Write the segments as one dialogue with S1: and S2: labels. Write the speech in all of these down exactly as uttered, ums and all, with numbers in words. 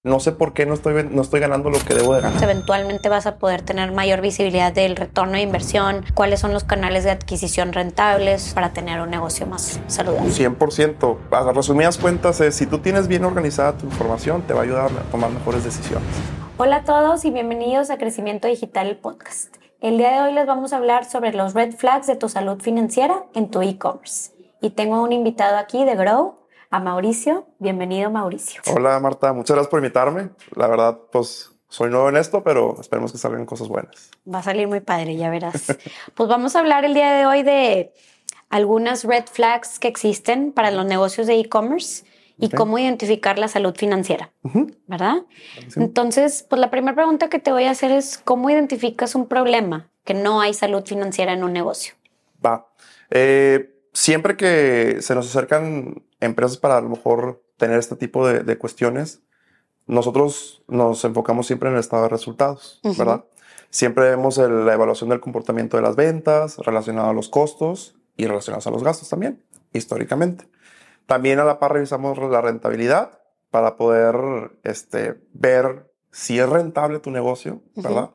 S1: no sé por qué no estoy, no estoy ganando lo que debo de ganar.
S2: Eventualmente vas a poder tener mayor visibilidad del retorno de inversión, cuáles son los canales de adquisición rentables para tener un negocio más saludable.
S1: cien por ciento. A resumidas cuentas, es, si tú tienes bien organizada tu información, te va a ayudar a tomar mejores decisiones.
S2: Hola a todos y bienvenidos a Crecimiento Digital, el podcast. El día de hoy les vamos a hablar sobre los red flags de tu salud financiera en tu e-commerce. Y tengo un invitado aquí de Grow, a Mauricio. Bienvenido, Mauricio.
S1: Hola, Marta. Muchas gracias por invitarme. La verdad, pues soy nuevo en esto, pero esperemos que salgan cosas buenas.
S2: Va a salir muy padre, ya verás. Pues vamos a hablar el día de hoy de algunas red flags que existen para los negocios de e-commerce y okay. cómo identificar la salud financiera, uh-huh. ¿verdad? Sí. Entonces, pues la primera pregunta que te voy a hacer es ¿cómo identificas un problema que no hay salud financiera en un negocio?
S1: Va. Eh, siempre que se nos acercan empresas para a lo mejor tener este tipo de, de cuestiones, nosotros nos enfocamos siempre en el estado de resultados, uh-huh. ¿verdad? Siempre vemos el, la evaluación del comportamiento de las ventas relacionado a los costos y relacionados a los gastos también, históricamente. También a la par revisamos la rentabilidad para poder este, ver si es rentable tu negocio, ¿verdad? Uh-huh.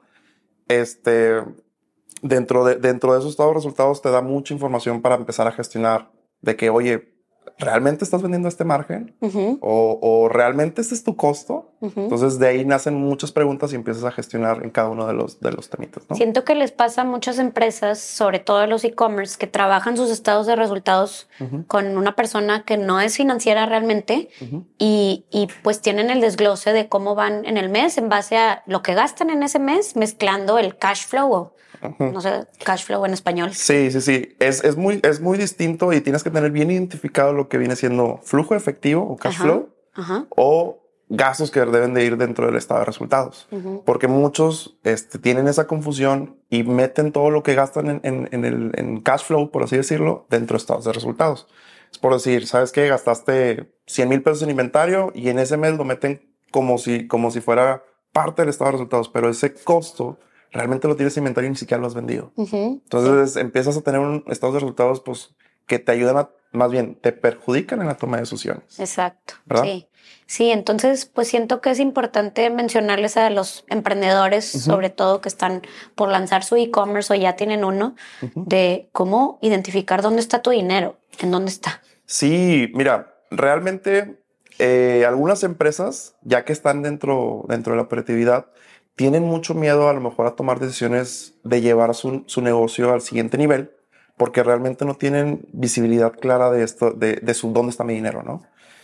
S1: Este, dentro, de, dentro de esos estados de resultados te da mucha información para empezar a gestionar de que, oye, ¿realmente estás vendiendo este margen? Uh-huh. O, ¿O realmente este es tu costo? Uh-huh. Entonces, de ahí nacen muchas preguntas y empiezas a gestionar en cada uno de los, de los temitas, ¿no?
S2: Siento que les pasa a muchas empresas, sobre todo los e-commerce, que trabajan sus estados de resultados uh-huh. con una persona que no es financiera realmente uh-huh. y, y pues tienen el desglose de cómo van en el mes en base a lo que gastan en ese mes, mezclando el cash flow o Uh-huh. no sé, cash flow en español.
S1: Sí, sí, sí. Es, es, muy, es muy distinto y tienes que tener bien identificado lo que viene siendo flujo efectivo o cash uh-huh. flow uh-huh. o gastos que deben de ir dentro del estado de resultados. Uh-huh. Porque muchos este, tienen esa confusión y meten todo lo que gastan en, en, en el en cash flow, por así decirlo, dentro de estados de resultados. Es por decir, ¿sabes qué? Gastaste cien mil pesos en inventario y en ese mes lo meten como si, como si fuera parte del estado de resultados, pero ese costo realmente lo tienes en inventario y ni siquiera lo has vendido. Uh-huh. Entonces sí. empiezas a tener un estado de resultados pues, que te ayudan a, más bien, te perjudican en la toma de decisiones.
S2: Exacto.
S1: ¿Verdad?
S2: Sí. Sí, entonces pues siento que es importante mencionarles a los emprendedores, uh-huh. sobre todo que están por lanzar su e-commerce o ya tienen uno, uh-huh. de cómo identificar dónde está tu dinero, en dónde está.
S1: Sí, mira, realmente eh, algunas empresas, ya que están dentro, dentro de la operatividad, tienen mucho miedo a lo mejor a tomar decisiones de llevar su, su negocio al siguiente nivel porque realmente no tienen visibilidad clara de esto, de, de su dónde está mi dinero, ¿no?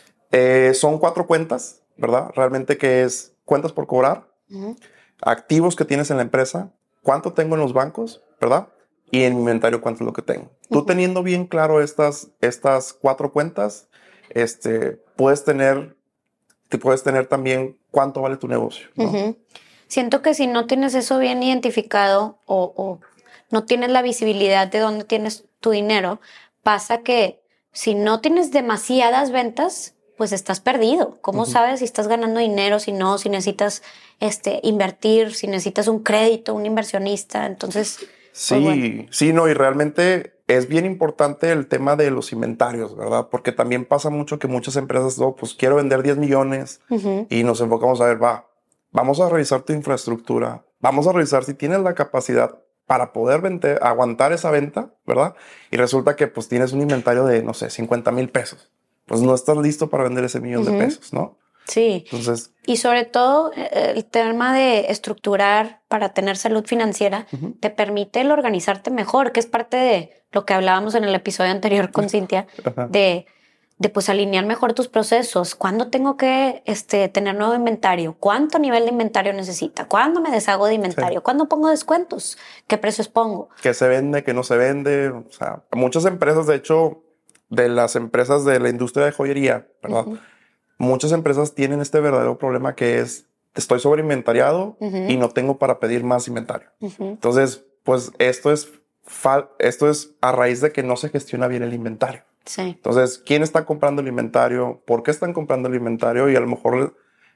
S1: Eh, son cuatro cuentas, ¿verdad? Realmente que es cuentas por cobrar, uh-huh. activos que tienes en la empresa, cuánto tengo en los bancos, ¿verdad? Y en inventario cuánto es lo que tengo. Uh-huh. Tú teniendo bien claro estas, estas cuatro cuentas, este, puedes tener, te puedes tener también cuánto vale tu negocio, ¿no?
S2: Uh-huh. Siento que si no tienes eso bien identificado o, o no tienes la visibilidad de dónde tienes tu dinero, pasa que si no tienes demasiadas ventas, pues estás perdido. ¿Cómo uh-huh. sabes si estás ganando dinero, si no, si necesitas este, invertir, si necesitas un crédito, un inversionista? Entonces,
S1: sí,
S2: pues bueno.
S1: sí, no, y realmente es bien importante el tema de los inventarios, ¿verdad? Porque también pasa mucho que muchas empresas, oh, pues quiero vender diez millones uh-huh. y nos enfocamos a ver, va, vamos a revisar tu infraestructura, vamos a revisar si tienes la capacidad para poder vender, aguantar esa venta, ¿verdad? Y resulta que pues tienes un inventario de, no sé, cincuenta mil pesos. Pues no estás listo para vender ese millón uh-huh. de pesos, ¿no?
S2: Sí.
S1: Entonces,
S2: y sobre todo el tema de estructurar para tener salud financiera uh-huh. te permite el organizarte mejor, que es parte de lo que hablábamos en el episodio anterior con Cintia, uh-huh. de... de pues alinear mejor tus procesos. ¿Cuándo tengo que este, tener nuevo inventario? ¿Cuánto nivel de inventario necesita? ¿Cuándo me deshago de inventario? Sí. ¿Cuándo pongo descuentos? ¿Qué precios pongo?
S1: ¿Qué se vende? ¿Qué no se vende? O sea, muchas empresas, de hecho, de las empresas de la industria de joyería, ¿verdad? Uh-huh. Muchas empresas tienen este verdadero problema que es, estoy sobreinventariado uh-huh. y no tengo para pedir más inventario. Uh-huh. Entonces, pues esto es, fal- esto es a raíz de que no se gestiona bien el inventario.
S2: Sí.
S1: Entonces, ¿quién está comprando el inventario? ¿Por qué están comprando el inventario? Y a lo mejor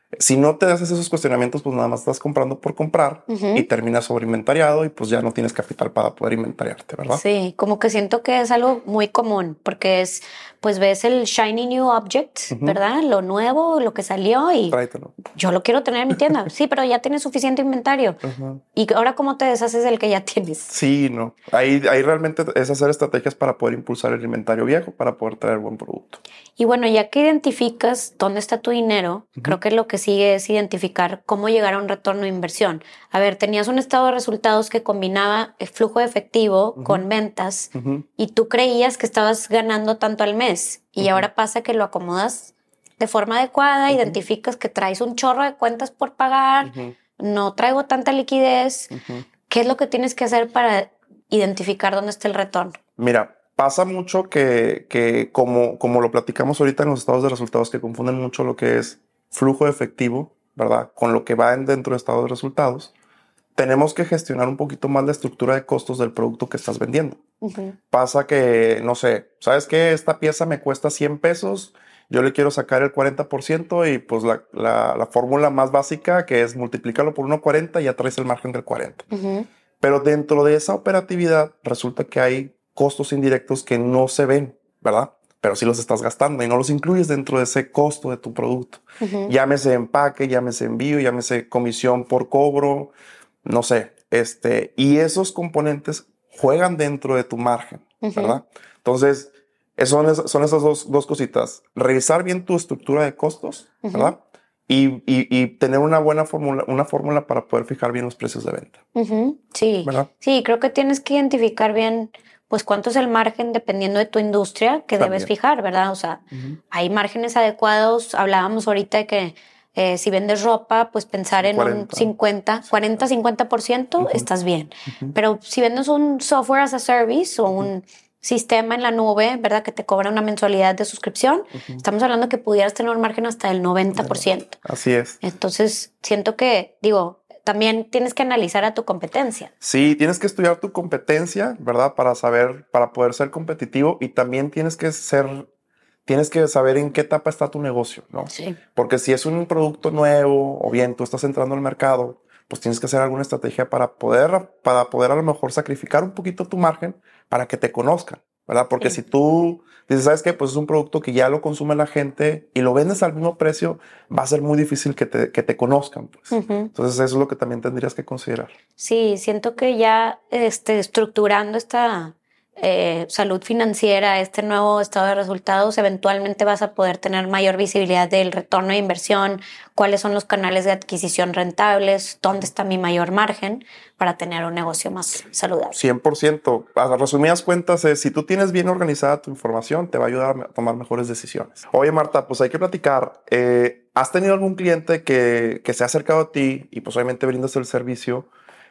S1: Si no te haces esos cuestionamientos, pues nada más estás comprando por comprar uh-huh. y terminas sobreinventariado y pues ya no tienes capital para poder inventariarte, ¿verdad?
S2: Sí, como que siento que es algo muy común porque es, pues ves el shiny new object, uh-huh. ¿verdad? Lo nuevo, lo que salió y
S1: Tráetelo.
S2: Yo lo quiero tener en mi tienda. Sí, pero ya tienes suficiente inventario. Uh-huh. ¿Y ahora cómo te deshaces del que ya tienes?
S1: Sí, no. Ahí, ahí realmente es hacer estrategias para poder impulsar el inventario viejo, para poder traer buen producto.
S2: Y bueno, ya que identificas dónde está tu dinero, uh-huh. creo que lo que sigue es identificar cómo llegar a un retorno de inversión. A ver, tenías un estado de resultados que combinaba el flujo de efectivo uh-huh. con ventas uh-huh. y tú creías que estabas ganando tanto al mes y uh-huh. ahora pasa que lo acomodas de forma adecuada, uh-huh. identificas que traes un chorro de cuentas por pagar, uh-huh. no traigo tanta liquidez. Uh-huh. ¿Qué es lo que tienes que hacer para identificar dónde está el retorno?
S1: Mira, pasa mucho que, que como, como lo platicamos ahorita en los estados de resultados, que confunden mucho lo que es flujo de efectivo, ¿verdad? Con lo que va dentro de estados de resultados. Tenemos que gestionar un poquito más la estructura de costos del producto que estás vendiendo. Uh-huh. Pasa que, no sé, ¿sabes qué? Esta pieza me cuesta cien pesos, yo le quiero sacar el cuarenta por ciento y pues la, la, la fórmula más básica que es multiplicarlo por uno punto cuarenta y ya traes el margen del cuarenta. Uh-huh. Pero dentro de esa operatividad resulta que hay costos indirectos que no se ven, ¿verdad? Pero sí los estás gastando y no los incluyes dentro de ese costo de tu producto. Uh-huh. Llámese empaque, llámese envío, llámese comisión por cobro, no sé. Este, y esos componentes juegan dentro de tu margen, uh-huh. ¿verdad? Entonces, son, es, son esas dos, dos cositas. Revisar bien tu estructura de costos, uh-huh. ¿verdad? Y, y, y tener una buena fórmula, una fórmula para poder fijar bien los precios de venta.
S2: Uh-huh. Sí, ¿verdad? Sí, creo que tienes que identificar bien pues cuánto es el margen dependiendo de tu industria que También. debes fijar, ¿verdad? O sea, uh-huh. hay márgenes adecuados. Hablábamos ahorita de que eh, si vendes ropa, pues pensar en cuarenta, un cincuenta, cuarenta, cincuenta por ciento uh-huh. estás bien. Uh-huh. Pero si vendes un software as a service o uh-huh. un sistema en la nube, ¿verdad? Que te cobra una mensualidad de suscripción, uh-huh. estamos hablando que pudieras tener un margen hasta del noventa por ciento.
S1: Así es.
S2: Entonces, siento que, digo, también tienes que analizar a tu competencia.
S1: Sí, tienes que estudiar tu competencia, ¿verdad? Para saber, para poder ser competitivo y también tienes que ser, tienes que saber en qué etapa está tu negocio, ¿no?
S2: Sí.
S1: Porque si es un producto nuevo o bien tú estás entrando al mercado, pues tienes que hacer alguna estrategia para poder, para poder a lo mejor sacrificar un poquito tu margen para que te conozcan, ¿verdad? Porque sí. si tú dices, ¿sabes qué? Pues es un producto que ya lo consume la gente y lo vendes al mismo precio, va a ser muy difícil que te, que te conozcan, pues. Uh-huh. Entonces eso es lo que también tendrías que considerar.
S2: Sí, siento que ya este, estructurando esta eh, salud financiera, este nuevo estado de resultados, eventualmente vas a poder tener mayor visibilidad del retorno de inversión, cuáles son los canales de adquisición rentables, dónde está mi mayor margen para tener un negocio más saludable.
S1: cien por ciento. A resumidas cuentas, eh, si tú tienes bien organizada tu información, te va a ayudar a tomar mejores decisiones. Oye, Marta, pues hay que platicar. Eh, ¿Has tenido algún cliente que, que se ha acercado a ti y pues obviamente brindas el servicio,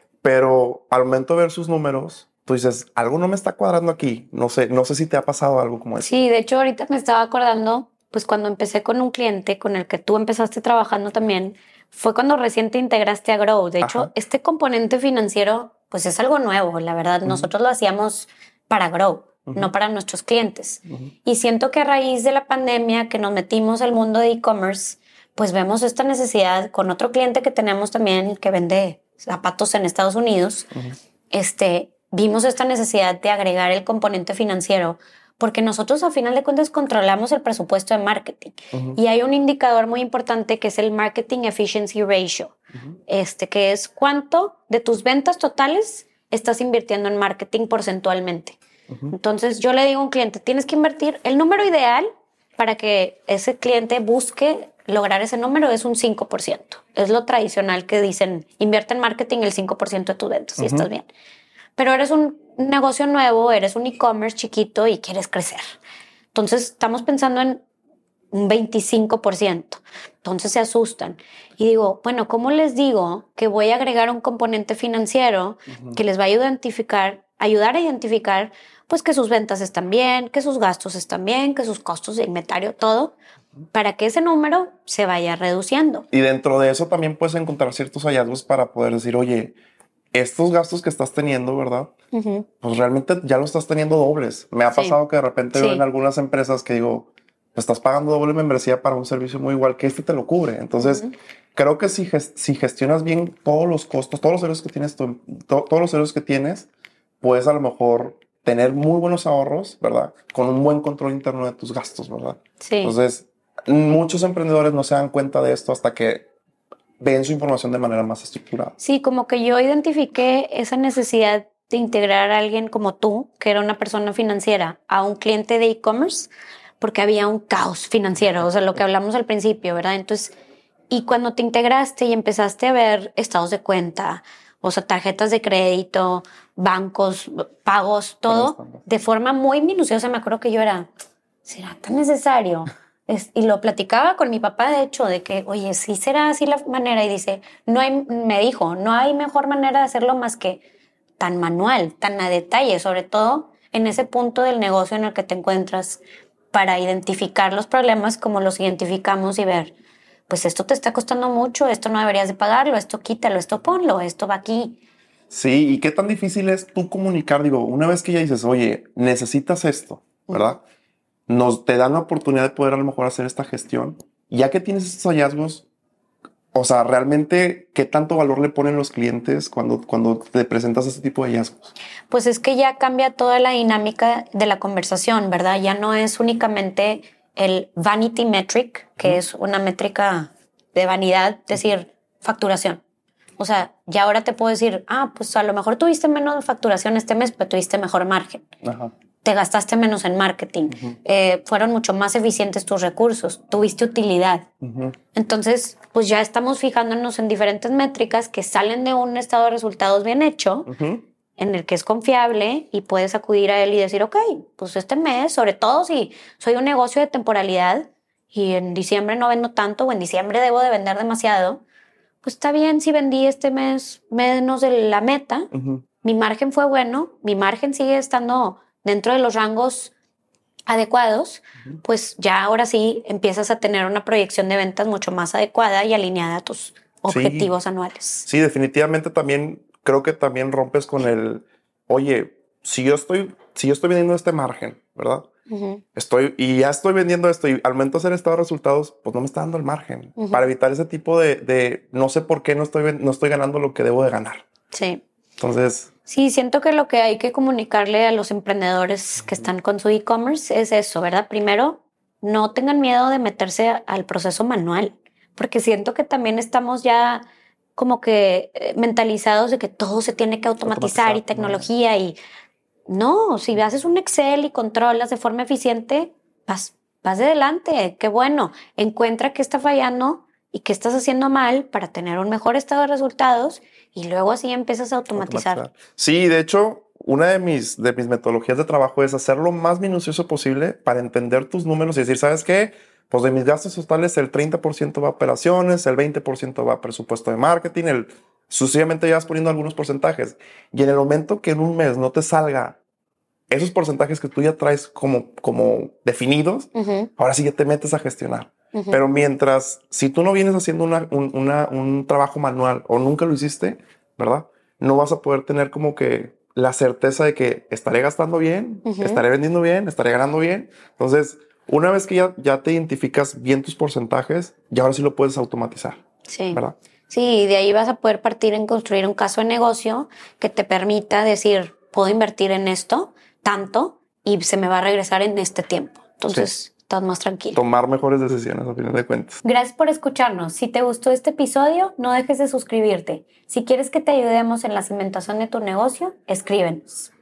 S1: pero al momento de ver sus números, tú dices, algo no me está cuadrando aquí? No sé, no sé si te ha pasado algo como eso.
S2: Sí, de hecho ahorita me estaba acordando, pues cuando empecé con un cliente con el que tú empezaste trabajando también, fue cuando recién te integraste a Grow. De hecho, Ajá. este componente financiero, pues es algo nuevo, la verdad. Uh-huh. Nosotros lo hacíamos para Grow, uh-huh. no para nuestros clientes. Uh-huh. Y siento que a raíz de la pandemia que nos metimos al mundo de e-commerce, pues vemos esta necesidad con otro cliente que tenemos también que vende zapatos en Estados Unidos. Uh-huh. Este, vimos esta necesidad de agregar el componente financiero porque nosotros a final de cuentas controlamos el presupuesto de marketing. Uh-huh. Y hay un indicador muy importante que es el Marketing Efficiency Ratio, uh-huh. este, que es cuánto de tus ventas totales estás invirtiendo en marketing porcentualmente. Uh-huh. Entonces yo le digo a un cliente, tienes que invertir, el número ideal para que ese cliente busque lograr ese número es un cinco por ciento. Es lo tradicional que dicen, invierte en marketing el cinco por ciento de tus ventas, uh-huh. y estás bien. Pero eres un negocio nuevo, eres un e-commerce chiquito y quieres crecer. Entonces estamos pensando en un veinticinco por ciento. Entonces se asustan. Y digo, bueno, ¿cómo les digo que voy a agregar un componente financiero uh-huh. que les va a identificar, ayudar a identificar pues que sus ventas están bien, que sus gastos están bien, que sus costos de inventario, todo, uh-huh. para que ese número se vaya reduciendo?
S1: Y dentro de eso también puedes encontrar ciertos hallazgos para poder decir, oye, estos gastos que estás teniendo, ¿verdad? Uh-huh. Pues realmente ya lo estás teniendo dobles. Me ha pasado sí. que de repente sí. veo en algunas empresas que digo, estás pagando doble membresía para un servicio muy igual que este te lo cubre. Entonces, uh-huh. creo que si, gest- si gestionas bien todos los costos, todos los servicios que tienes, to- to- todos los servicios que tienes, puedes a lo mejor tener muy buenos ahorros, ¿verdad? Con un buen control interno de tus gastos, ¿verdad?
S2: Sí.
S1: Entonces, muchos emprendedores no se dan cuenta de esto hasta que ven su información de manera más estructurada.
S2: Sí, como que yo identifiqué esa necesidad de integrar a alguien como tú, que era una persona financiera, a un cliente de e-commerce, porque había un caos financiero, o sea, lo que hablamos al principio, ¿verdad? Entonces, y cuando te integraste y empezaste a ver estados de cuenta, o sea, tarjetas de crédito, bancos, pagos, todo, de forma muy minuciosa, me acuerdo que yo era, ¿será tan necesario? Es, y lo platicaba con mi papá, de hecho, de que, oye, sí será así la manera. Y dice, no hay, me dijo, no hay mejor manera de hacerlo más que tan manual, tan a detalle, sobre todo en ese punto del negocio en el que te encuentras, para identificar los problemas como los identificamos y ver, pues esto te está costando mucho, esto no deberías de pagarlo, esto quítalo, esto ponlo, esto va aquí.
S1: Sí, y qué tan difícil es tú comunicar, digo, una vez que ya dices, oye, necesitas esto, ¿verdad? Uh-huh. Nos te dan la oportunidad de poder a lo mejor hacer esta gestión. Ya que tienes estos hallazgos, o sea, realmente, ¿qué tanto valor le ponen los clientes cuando, cuando te presentas este tipo de hallazgos?
S2: Pues es que ya cambia toda la dinámica de la conversación, ¿verdad? Ya no es únicamente el vanity metric, que uh-huh. es una métrica de vanidad, decir, facturación. O sea, ya ahora te puedo decir, ah, pues a lo mejor tuviste menos facturación este mes, pero tuviste mejor margen. Ajá. Te gastaste menos en marketing, uh-huh. eh, fueron mucho más eficientes tus recursos, tuviste utilidad. Uh-huh. Entonces, pues ya estamos fijándonos en diferentes métricas que salen de un estado de resultados bien hecho, uh-huh. en el que es confiable y puedes acudir a él y decir, ok, pues este mes, sobre todo si soy un negocio de temporalidad y en diciembre no vendo tanto o en diciembre debo de vender demasiado, pues está bien si vendí este mes menos de la meta, uh-huh. mi margen fue bueno, mi margen sigue estando dentro de los rangos adecuados, uh-huh. pues ya ahora sí empiezas a tener una proyección de ventas mucho más adecuada y alineada a tus objetivos sí. anuales.
S1: Sí, definitivamente también creo que también rompes con el, oye, si yo estoy, si yo estoy vendiendo este margen, ¿verdad? Uh-huh. Estoy, y ya estoy vendiendo esto y al momento de hacer estado de resultados, pues no me está dando el margen uh-huh. para evitar ese tipo de, de, no sé por qué no estoy, no estoy ganando lo que debo de ganar.
S2: Sí.
S1: Entonces...
S2: Sí, siento que lo que hay que comunicarle a los emprendedores que están con su e-commerce es eso, ¿verdad? Primero, no tengan miedo de meterse al proceso manual, porque siento que también estamos ya como que mentalizados de que todo se tiene que automatizar, automatizar y tecnología no. y no, si haces un Excel y controlas de forma eficiente, vas, vas de adelante, qué bueno. Encuentra qué está fallando y qué estás haciendo mal para tener un mejor estado de resultados y luego así empiezas a automatizar.
S1: automatizar. Sí, de hecho, una de mis, de mis metodologías de trabajo es hacer lo más minucioso posible para entender tus números y decir, ¿sabes qué? Pues de mis gastos totales el treinta por ciento va a operaciones, el veinte por ciento va a presupuesto de marketing, el, sucesivamente ya vas poniendo algunos porcentajes. Y en el momento que en un mes no te salga esos porcentajes que tú ya traes como, como definidos, uh-huh. ahora sí ya te metes a gestionar. Uh-huh. Pero mientras, si tú no vienes haciendo una, un, una, un trabajo manual o nunca lo hiciste, ¿verdad? No vas a poder tener como que la certeza de que estaré gastando bien, uh-huh. estaré vendiendo bien, estaré ganando bien. Entonces, una vez que ya, ya te identificas bien tus porcentajes, ya ahora sí lo puedes automatizar.
S2: Sí.
S1: ¿Verdad?
S2: Sí, y de ahí vas a poder partir en construir un caso de negocio que te permita decir, puedo invertir en esto tanto y se me va a regresar en este tiempo. Entonces, sí. estás más tranquilo.
S1: Tomar mejores decisiones, a final de cuentas.
S2: Gracias por escucharnos. Si te gustó este episodio, no dejes de suscribirte. Si quieres que te ayudemos en la cimentación de tu negocio, escríbenos.